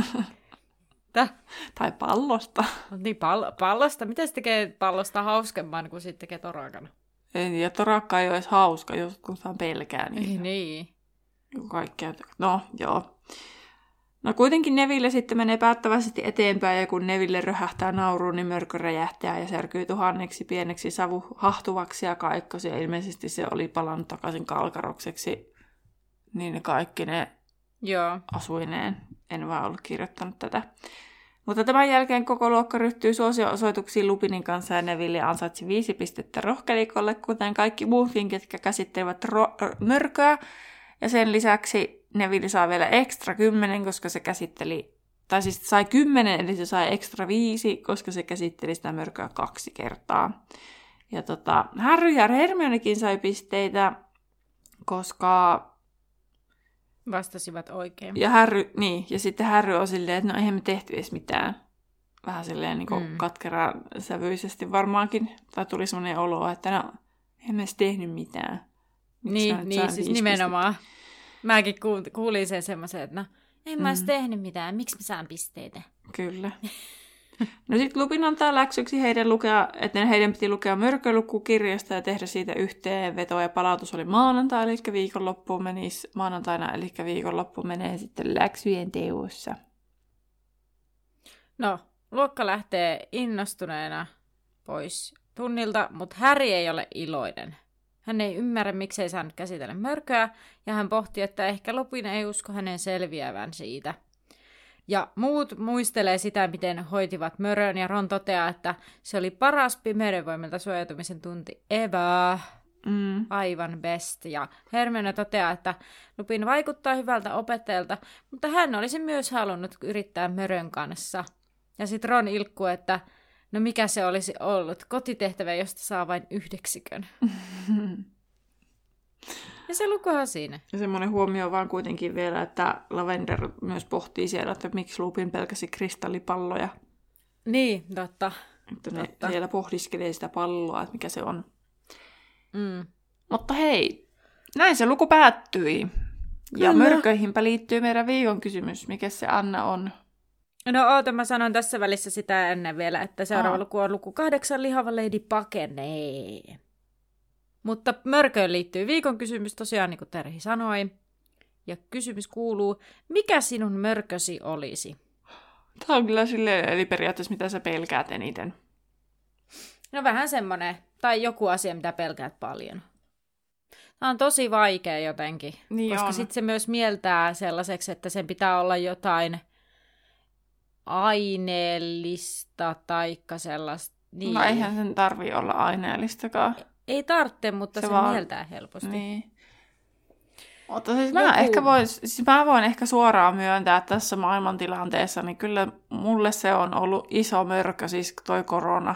tai pallosta. Niin, pal- pallosta. Miten se tekee pallosta hauskemman, kun siitä tekee torakan? Ei, ja torakka ei ole edes hauska, jos kun saa pelkää niitä. Niin. Kaikkea. No, joo. No kuitenkin Neville sitten menee päättävästi eteenpäin, ja kun Neville röhähtää nauruun, niin mörkö räjähtää ja särkyy tuhanneksi pieneksi savuhahtuvaksi ja kaikkosi. Ja ilmeisesti se oli palannut takaisin kalkarokseksi, niin kaikki ne joo. asuineen. En vaan ollut kirjoittanut tätä. Mutta tämän jälkeen koko luokka ryhtyy suosio-osoituksiin Lupinin kanssa, ja Neville ansaitsi viisi pistettä rohkelikolle, kuten kaikki muutkin, ketkä käsittelevät ro- mörköä. Ja sen lisäksi Neville saa vielä ekstra kymmenen, koska se käsitteli, tai siis sai kymmenen, eli se sai ekstra viisi, koska se käsitteli sitä mörköä kaksi kertaa. Ja tota, Harry ja Hermionekin sai pisteitä, koska... vastasivat oikein. Ja Harry, niin, ja sitten Harry on silleen, että no eihän me tehty edes mitään. Vähän silleen niin kuin mm. katkeraan sävyisesti varmaankin. Tai tuli semmoinen olo, että no, eihän me edes tehnyt mitään. Niin, niin siis nimenomaan. Pistettä. Mäkin kuulin sen semmoisen, että no, en mä mm. tehnyt mitään, miksi mä saan pisteitä? Kyllä. No sit Lupin antaa läksyksi heidän lukea, että heidän piti lukea mörkölukkukirjasta ja tehdä siitä yhteenveto, ja palautus oli maanantai, eli viikonloppuun menisi maanantaina, eli viikonloppu menee sitten läksyjen teossa. No, luokka lähtee innostuneena pois tunnilta, mutta Harry ei ole iloinen. Hän ei ymmärrä, miksi ei saanut käsitellä mörköä, ja hän pohti, että ehkä Lupin ei usko hänen selviävän siitä. Ja muut muistelee sitä, miten hoitivat mörön, ja Ron toteaa, että se oli paras pimeyden voimilta suojautumisen tunti ever. Mm. Aivan best. Ja Hermione toteaa, että Lupin vaikuttaa hyvältä opettajalta, mutta hän olisi myös halunnut yrittää mörön kanssa. Ja sitten Ron ilkkuu, että no mikä se olisi ollut? Kotitehtävä, josta saa vain yhdeksikön. Ja se lukuhan siinä. Ja semmoinen huomio vaan kuitenkin vielä, että Lavender myös pohtii siellä, että miksi Lupin pelkäsi kristallipalloja. Niin, totta. Että ne totta. siellä pohdiskelee sitä palloa, että mikä se on. Mm. Mutta hei, näin se luku päättyi. Ja Kyllä. mörköihinpä liittyy meidän viikon kysymys. Mikä se Anna on? No oota, mä sanon tässä välissä sitä ennen vielä, että seuraava Aa. luku on luku kahdeksan, Lihava Lady pakenee. Mutta mörköön liittyy viikon kysymys tosiaan, niin kuin Terhi sanoi. Ja kysymys kuuluu, mikä sinun mörkösi olisi? Tämä on kyllä silleen, eli periaatteessa mitä sä pelkäät eniten. No vähän semmoinen, tai joku asia, mitä pelkäät paljon. Tämä on tosi vaikea jotenkin, niin koska sitten se myös mieltää sellaiseksi, että sen pitää olla jotain aineellista taikka sellaista. Niin. No eihän sen tarvitse olla aineellistakaan. Ei tarvitse, mutta se, se vaan mieltää helposti. Niin. Mutta siis mä, ehkä voin, siis mä voin ehkä suoraan myöntää tässä maailmantilanteessa, niin kyllä mulle se on ollut iso mörkö, siis toi korona.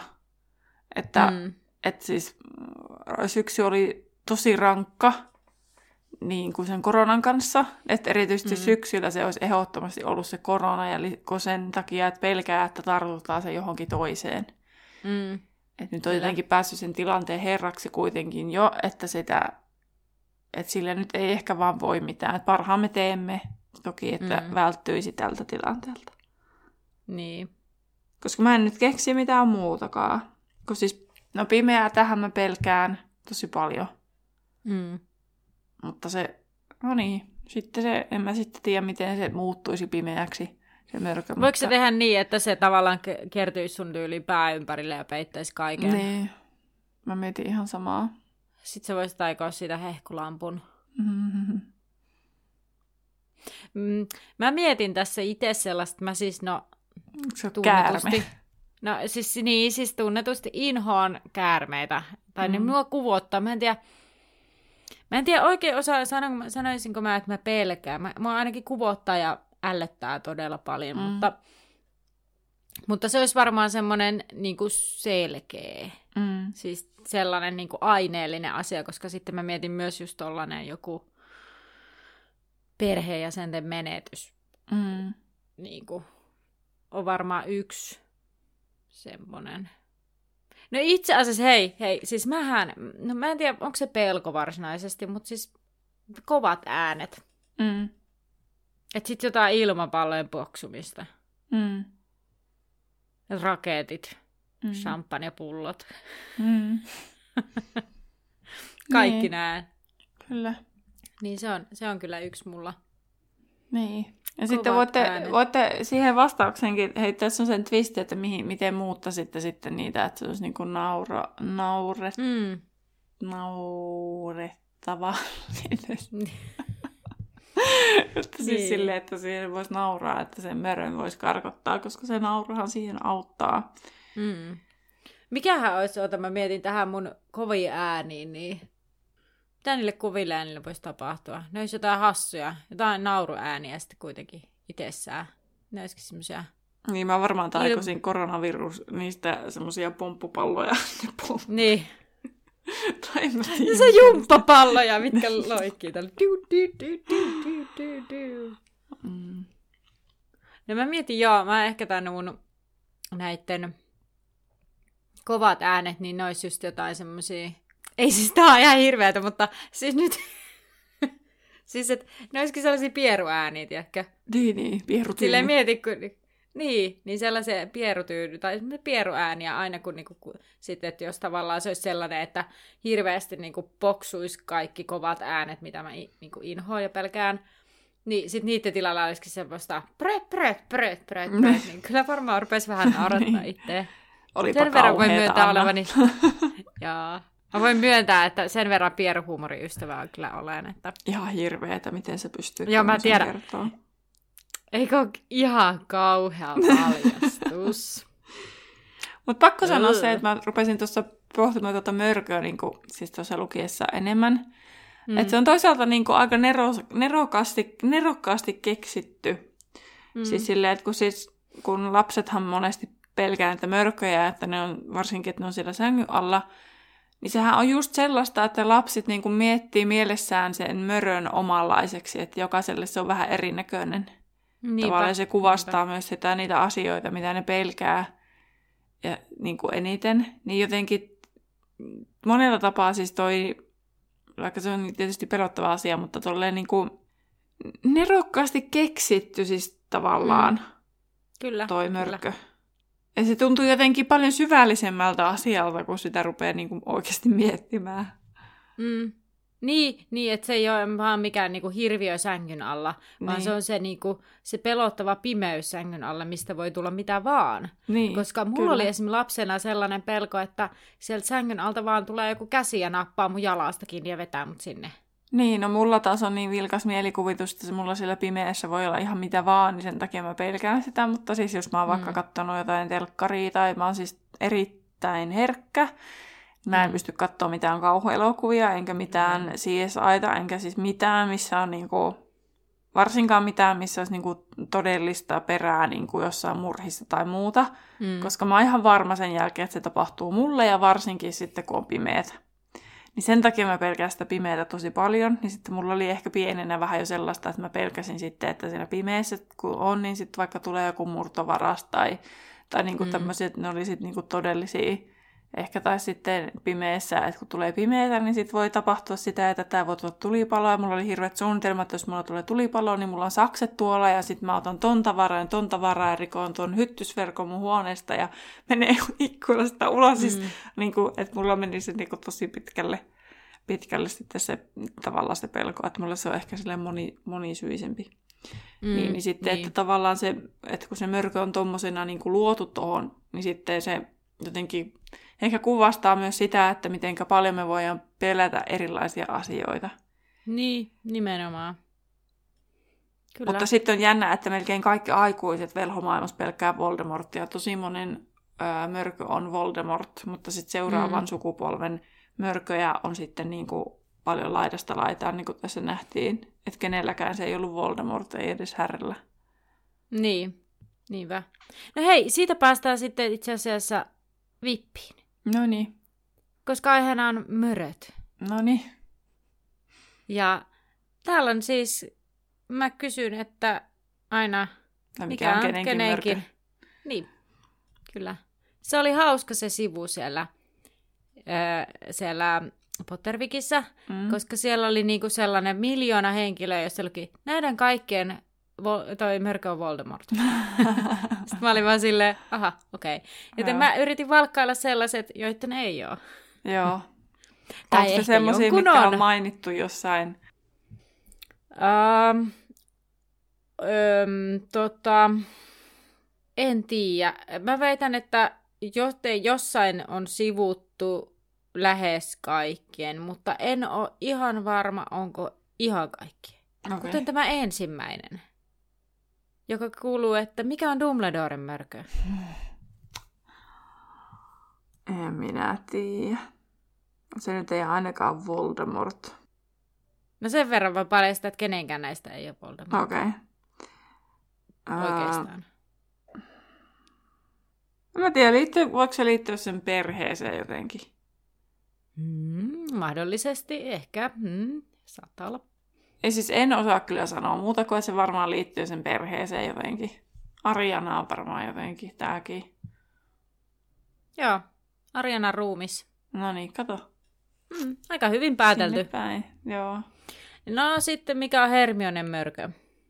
Että mm. et siis syksy oli tosi rankka, niin kuin sen koronan kanssa, että erityisesti Mm. syksyllä se olisi ehdottomasti ollut se korona, ja li- sen takia, että pelkää, että tartutaan se johonkin toiseen. Mm. Et nyt on jotenkin päässyt sen tilanteen herraksi kuitenkin jo, että sitä, että sillä nyt ei ehkä vaan voi mitään. Et parhaamme teemme toki, että Mm. välttyisi tältä tilanteelta. Niin. Koska mä en nyt keksi mitään muutakaan. Kun siis, no pimeää tähän mä pelkään tosi paljon. Mm. Mutta se, no niin, sitten se, en mä sitten tiedä, miten se muuttuisi pimeäksi, se mörkö. Voiko se tehdä niin, että se tavallaan ke- kertyisi sun tyyliin pää ympärille ja peittäisi kaiken? Niin, mä mietin ihan samaa. Sitten se voisi taikoa siitä hehkulampun. Mm-hmm. Mm, mä mietin tässä itse sellaista, mä siis no Se on tunnetusti, käärme. no siis, niin, siis tunnetusti inhoon käärmeitä. Tai mm. ne Mm. mua kuvottaa. Mä en tiedä, mä en tiedä oikein osaa, sanon, sanoisinko mä, että mä pelkään. Mä, mua ainakin kuvottaa ja ällöttää todella paljon, Mm. mutta, mutta se olisi varmaan semmoinen niin kuin selkeä. Mm. Siis sellainen niin kuin aineellinen asia, koska sitten mä mietin myös just tollainen joku perheenjäsenten menetys. Mm. Niin kuin, on varmaan yksi semmoinen. No itse asiassa, hei, hei, siis mähän, no mä en tiedä, onko se pelko varsinaisesti, mutta siis kovat äänet. Mm. Että sit jotain ilmapallojen poksumista. Mm. Raketit, Mm. champagnepullot. Mm. Kaikki Niin. nää. Kyllä. Niin se on, se on kyllä yksi mulla. Niin. Ja Kovat sitten voitte, äänet. voitte siihen vastauksenkin heittää sen twistin, että mihin, miten muuttaisitte sitten niitä, että se olisi niin kuin nauro, nauret, Mm. naurettava. Että siis Niin. silleen, että siihen voisi nauraa, että sen meren voisi karkottaa, koska se nauruhan siihen auttaa. Mm. Mikähän olisi, ota mä mietin tähän mun koviin ääniin, niin mitä niille koville äänille voisi tapahtua? Ne olisi jotain hassuja, jotain nauruääniä sitten kuitenkin itsessään. Ne olisikin semmoisia. Niin mä varmaan taikoisin Il... koronavirus niistä semmosia pomppupalloja. Niin. Tai en mä tiedä. Ne se jumppapalloja, mitkä loikkii tällä. Du, du, du, du, du, du, du. Mm. No mä mietin, joo, mä ehkä tämän mun näitten kovat äänet, niin ne olisi just jotain semmosia. Ei siis tää on ihan hirveätä, mutta siis nyt. Siis että ne olisikin sellaisia pieruääniä, tiedätkö? Niin, niin, pierutyyni. Silleen mieti, kun. Niin, niin sellaisia pierutyydy, tai pieruääniä aina kun, niin kuin, sitten, että jos tavallaan se olisi sellainen, että hirveästi niin kuin, poksuisi kaikki kovat äänet, mitä mä niin kuin, inhoan ja pelkään, niin sitten niiden tilalla olisikin semmoista pröt, pröt, pröt, pröt, pröt, niin kyllä varmaan rupesi vähän naurattaa itseä. Olipa sen verran voin kauheeta, myöntää Anna. olevani. Jaa. Mä voin myöntää, että sen verran pieruhuumoriystävä on kyllä olen, että. Ihan hirveetä, miten se pystyy Joo, mä tiedän. kertoa. Eikö ole ihan kauhea paljastus? Mutta pakko sanoa se, että mä rupesin tuossa pohtimaan tuota mörköä niin kuin, siis tuossa lukiessa enemmän. Mm. Että se on toisaalta niin kuin, aika nero, nerokkaasti, nerokkaasti keksitty. Mm. Siis silleen, että kun, siis, kun lapsethan monesti pelkää näitä mörköjä, että ne on, varsinkin, että ne on siellä sängyn alla, niin sehän on just sellaista, että lapset niin kuin miettii mielessään sen mörön omanlaiseksi, että jokaiselle se on vähän erinäköinen. Niinpä. Tavallaan se kuvastaa Niinpä. myös sitä, niitä asioita, mitä ne pelkää ja niin kuin eniten. Niin jotenkin monella tapaa siis toi, vaikka se on tietysti pelottava asia, mutta tolleen niin kuin nerokkaasti keksitty siis tavallaan mm. Kyllä, toi mörkö. Kyllä. Ja se tuntuu jotenkin paljon syvällisemmältä asialta, kun sitä rupeaa niin kuin oikeasti miettimään. Mm. Niin, niin, että se ei ole vaan mikään niinku hirviö sängyn alla, vaan niin. se on se, niinku, se pelottava pimeys sängyn alla, mistä voi tulla mitä vaan. Niin, Koska mulla kyllä. oli esimerkiksi lapsena sellainen pelko, että sieltä sängyn alta vaan tulee joku käsi ja nappaa mun jalasta kiinni ja vetää mut sinne. Niin, no mulla taas on niin vilkas mielikuvitus, että mulla siellä pimeässä voi olla ihan mitä vaan, niin sen takia mä pelkään sitä. Mutta siis jos mä oon vaikka mm. katsonut jotain telkkaria tai mä oon siis erittäin herkkä, mä en mm. pysty katsoa mitään kauhuelokuvia, enkä mitään mm. C S I:ta, enkä siis mitään, missä on niinku, varsinkaan mitään, missä olisi niinku todellista perää niinku jossain murhissa tai muuta. Mm. Koska mä oon ihan varma sen jälkeen, että se tapahtuu mulle ja varsinkin sitten, kun on pimeätä. Niin sen takia mä pelkään sitä pimeätä tosi paljon. Niin sitten mulla oli ehkä pienenä vähän jo sellaista, että mä pelkäsin sitten, että siinä pimeässä kun on, niin sitten vaikka tulee joku murtovaras tai, tai niinku mm. tämmöisiä, että ne oli sitten niinku todellisia. Ehkä taisi sitten pimeässä, että kun tulee pimeätä, niin sitten voi tapahtua sitä, että tämä voi tulla tulipaloa. Ja mulla oli hirveät suunnitelmat, että jos mulla tulee tulipalo, niin mulla on sakset tuolla. Ja sitten mä otan ton tavaraa ja ton tavaraa ja rikoon ton hyttysverkon mun huoneesta. Ja menee ikkunasta ulos. Mm. Siis, niin kuin, että mulla meni se niin kuin tosi pitkälle, pitkälle sitten se tavallaan se pelko. Että mulla se on ehkä silleen moni, monisyisempi. Mm, niin, niin sitten, niin. Että tavallaan se, että kun se mörkö on tommosena niin kuin luotu tohon, niin sitten se jotenkin ehkä kuvastaa myös sitä, että miten paljon me voidaan pelätä erilaisia asioita. Niin, nimenomaan. Kyllä. Mutta sitten on jännä, että melkein kaikki aikuiset velhomaailmassa pelkää Voldemortia. Tosi monen ö, mörkö on Voldemort, mutta sitten seuraavan mm. sukupolven mörköjä on sitten niin kuin paljon laidasta laitaan, niin kuin tässä nähtiin. Että kenelläkään se ei ollut Voldemort, ei edes Harryllä. Niin, niinpä. No hei, siitä päästään sitten itse asiassa vippiin. No niin. Koska aiheena on möröt. No niin. Ja täällä on siis, mä kysyn, että aina no, mikä, mikä on kenenkin, kenenkin. Mörkö. Niin, kyllä. Se oli hauska se sivu siellä, öö, siellä Pottervikissä, mm. koska siellä oli niinku sellainen miljoona henkilöä, jossa luki, näiden kaikkien vo- toi mörkö on Voldemort. Sitten mä olin vaan silleen, aha, okei. Okay. Joten mä yritin valkkailla sellaiset, joiden ei ole. Joo. Tai onko se semmoisia, mitkä on. on mainittu jossain? Um, um, tota, en tiedä. Mä väitän, että jossain on sivuttu lähes kaikkien, mutta en ole ihan varma, onko ihan kaikki. Okay. Kuten tämä ensimmäinen, joka kuuluu, että mikä on Dumbledoren mörkö? En minä tiedä. Se nyt ei ainakaan Voldemort. No sen verran voi paljastaa, että kenenkään näistä ei ole Voldemort. Okei. Okay. Oikeastaan. Uh, mä tiedän, liittyy, voiko se liittyä sen perheeseen jotenkin? Hmm, mahdollisesti, ehkä. Hmm, saattaa olla. Ei siis en osaa kyllä sanoa muuta kuin, se varmaan liittyy sen perheeseen jotenkin. Ariana on varmaan jotenkin tääkin. Joo, Arianan ruumis. No niin, kato. Mm, aika hyvin päätelty. Sinne päin, joo. No sitten, mikä on Hermionen mörkö?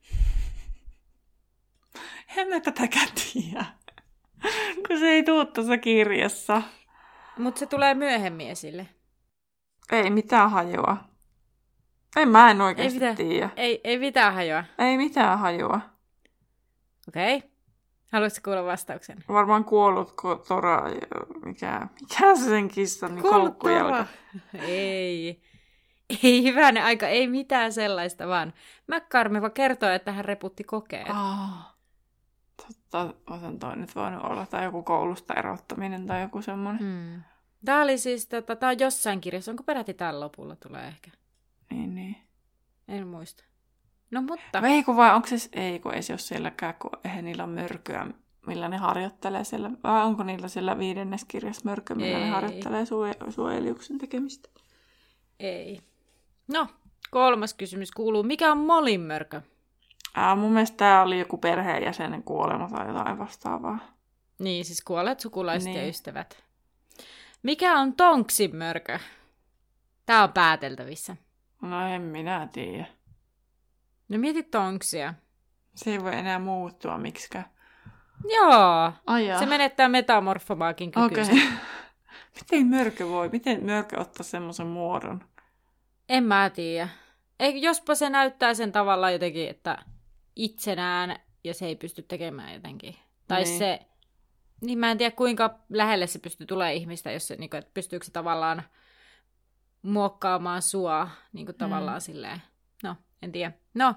En mä tätäkään tiedä, kun se ei tule tuossa kirjassa. Mutta se tulee myöhemmin esille. Ei mitään hajoa. En mä en oikeasti ei tiedä. Ei, ei mitään hajoa. Ei mitään hajoa. Okei. Okay. Haluaisitko kuulla vastauksen? Varmaan kuollut Tora. Mikä, mikä se sen kissan niin koukkujalka? Ei. Ei hyvänä aika. Ei mitään sellaista, vaan McCormick kertoo, että hän reputti kokeet. Oh. Totta, osan toi nyt voinut olla. Tai joku koulusta erottaminen tai joku semmoinen. Hmm. Tämä oli siis, tota, tämä on jossain kirjassa. Onko peräti tämän lopulla tulee ehkä? Niin, niin. En muista. No mutta... Ei kun vai onko se... Ei kun ei se ole sielläkään, kun eihän niillä on mörköä, millä ne harjoittelee siellä. Vai onko niillä siellä viidennes kirjassa mörkö, millä ei. ne harjoittelee sue- suojeliuksen tekemistä? Ei. No, kolmas kysymys kuuluu. Mikä on Mollin mörkö? Ää, mun mielestä tämä oli joku perheenjäsenen kuolema tai jotain vastaavaa. Niin, siis kuolleet sukulaiset niin. ja ystävät. Mikä on Tonksin mörkö? Tämä on pääteltävissä. No en minä tiedä. No mieti Tonksia. Se ei voi enää muuttua miksikään. Joo. Ai se menettää metamorfomaakin kykynsä. Okei. Okay. Miten mörkö voi? Miten mörkö ottaa semmoisen muodon? En mä tiedä. Ei, jospa se näyttää sen tavalla jotenkin, että itsenään ja se ei pysty tekemään jotenkin. Tai niin. se... Niin mä en tiedä, kuinka lähelle se pystyy tulemaan ihmistä, jos se, niin kuin, että pystyykö se tavallaan muokkaamaan sua niin kuin, tavallaan mm. silleen. No, en tiedä. No,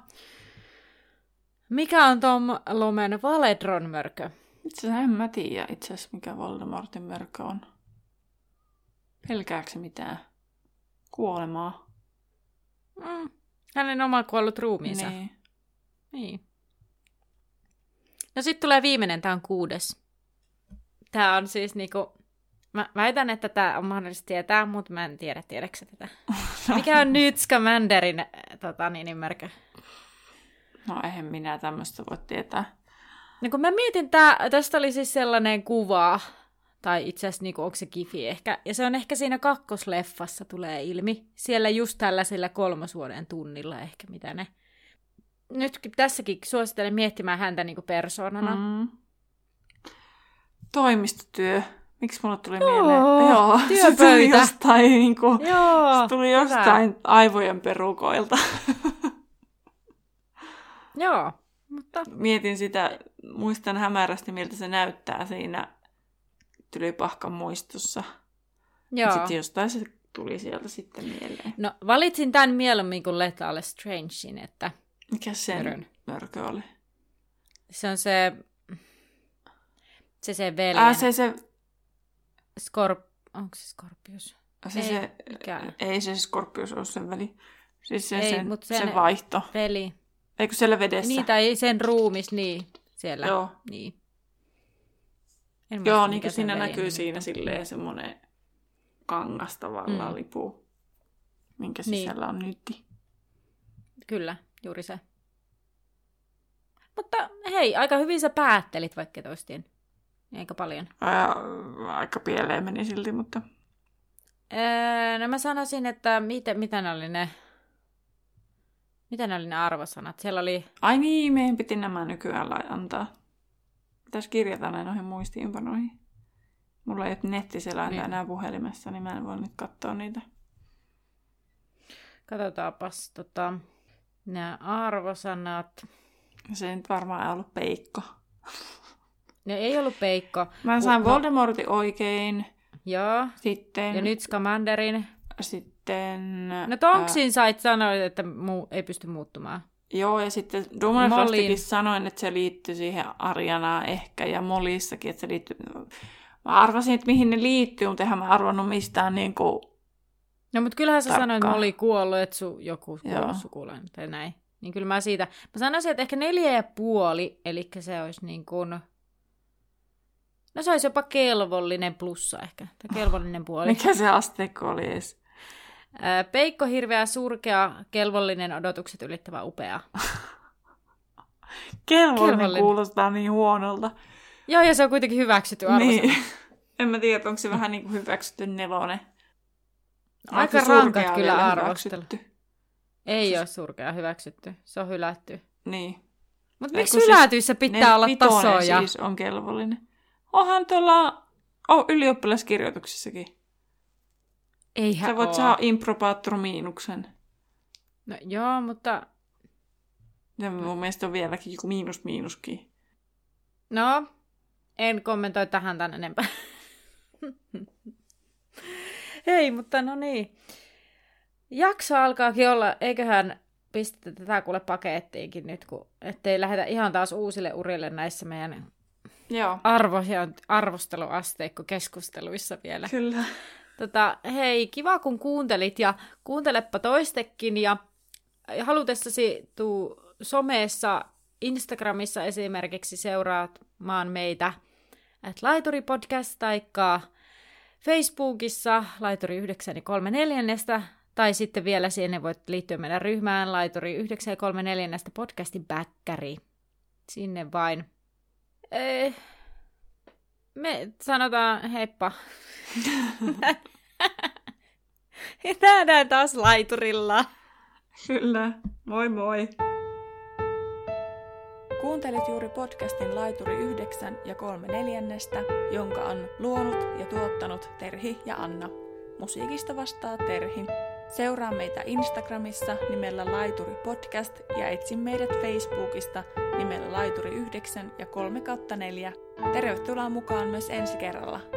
mikä on Tom Lomen Valedron mörkö? Itse asiassa en mä tiedä itse asiassa, mikä Voldemortin mörkö on. Pelkääkö se mitään? Kuolemaa? Mm. Hänen oma kuollut ruumiinsa. Niin. Niin. No sitten tulee viimeinen, tää on kuudes. Tää on siis niinku Mä väitän, että tämä on mahdollista tietää, mutta mä en tiedä, tiedätkö sä tätä. Mikä on nyt Scamanderin tota, niin merkki? No eihän minä tämmöistä voi tietää. No kun mä mietin, tää, tästä oli siis sellainen kuva, tai itse asiassa niin onko se gifi ehkä, ja se on ehkä siinä kakkosleffassa tulee ilmi. Siellä just tällaisella kolmosvuoden tunnilla ehkä, mitä ne... Nyt tässäkin suosittelen miettimään häntä niin kuin persoonana. Mm. Toimistotyö. Miksi mulle tuli Joo, mieleen? Joo, työpöytä. Se tuli jostain, niin kuin, Joo, se tuli jostain hyvä. Aivojen perukoilta. Joo, mutta... Mietin sitä, muistan hämärästi, miltä se näyttää siinä Tylypahkan muistossa. Joo. Sitten jostain se tuli sieltä sitten mieleen. No, valitsin tämän mieluummin kuin Lethal Strangein, että... Mikä sen mörkö oli? Se on se... Se se veljen. Ah, se se... Skorp... Onko se Skorpius? Se, ei, se... ei se Skorpius ole sen veli. Siis se, ei, sen, sen, sen vaihto. Veli. Eikö siellä vedessä? Niin, tai sen ruumis, niin. Siellä. Joo. Niin. Joo, niin kuin siinä näkyy siinä silleen semmoinen kangas tavallaan mm. lipu, minkä sisällä niin. On nytti. Kyllä, juuri se. Mutta hei, aika hyvin sä päättelit, vaikka toistiin. Aika paljon. Ää, aika pieleen meni silti, mutta... Öö, no mä sanoisin, että mitä, mitä ne oli ne... Mitä ne oli ne arvosanat? Siellä oli... Ai niin, meidän piti nämä nykyään antaa. Pitäisi kirjata ne noihin muistiinpanoihin. Mulla ei ole nettiselainta niin. Enää puhelimessa, niin mä en voi nyt katsoa niitä. Katsotaanpas tota, nämä arvosanat. Se ei nyt varmaan ollut peikko. Ne ei ollut peikko. Mä sain no, Voldemortin oikein. Joo. Sitten... Ja nyt Scamanderin. Sitten... No Tonksin ää... sait sanoa, että muu, ei pysty muuttumaan. Joo, ja sitten Dumbledorekin sanoin, että se liittyy siihen Arianaan ehkä, ja Mollissakin, että se liittyy... Mä arvasin, että mihin ne liittyy, mutta eihän mä arvannut mistään niin kuin... No, mutta kyllähän sä sanoit, että Molly kuollut, että su, joku kuollut sukulainen, tai näin. Niin kyllä mä siitä... Mä sanoisin, että ehkä neljä ja puoli, eli se olisi niin kuin... No se olisi jopa kelvollinen plussa ehkä, tai kelvollinen puoli. Mikä se asteikko oli edes? Peikko, hirveä, surkea, kelvollinen, odotukset ylittävä, upea. Kelvollinen, kelvollinen kuulostaa niin huonolta. Joo, ja se on kuitenkin hyväksytty arvosana. Niin. En mä tiedä, onko se vähän niin kuin hyväksytty nelonen. Aika rankat kyllä arvostelu. Ei siis... ole surkea hyväksytty, se on hylätty. Niin. Mutta miksi hylätyissä siis pitää olla tasoja? Siis on kelvollinen. Onhan tuolla oh, ylioppilaskirjoituksissakin. Eihän sä voit oo. saada improbaattor miinuksen. No joo, mutta... Ja mun mielestä on vieläkin joku miinus miinuskin. No, en kommentoi tähän tän enempää. Hei, mutta no niin. Jakso alkaakin olla, eiköhän pistetä tätä kuule pakettiinkin nyt, kun ettei lähdetä ihan taas uusille urille näissä meidän Joo. Arvo- ja arvosteluasteikkokeskusteluissa vielä. Kyllä. Tota, hei, kiva kun kuuntelit ja kuuntelepa toistekin ja halutessasi tuu somessa, Instagramissa esimerkiksi seuraamaan meitä at Laituri-podcast taikka Facebookissa Laituri yhdeksän ja kolme neljännestä tai sitten vielä siihen voit liittyä meidän ryhmään Laituri yhdeksän ja kolme neljännestä podcastin bäkkäri. Sinne vain. Eh, me sanotaan heippa. Nähdään taas laiturilla. Kyllä. Moi moi. Kuuntelit juuri podcastin Laituri yhdeksän ja kolme neljännestä, jonka on luonut ja tuottanut Terhi ja Anna. Musiikista vastaa Terhi. Seuraa meitä Instagramissa nimellä Laituri Podcast ja etsi meidät Facebookista nimellä Laituri yhdeksän ja kolme neljä. Tervetuloa mukaan myös ensi kerralla.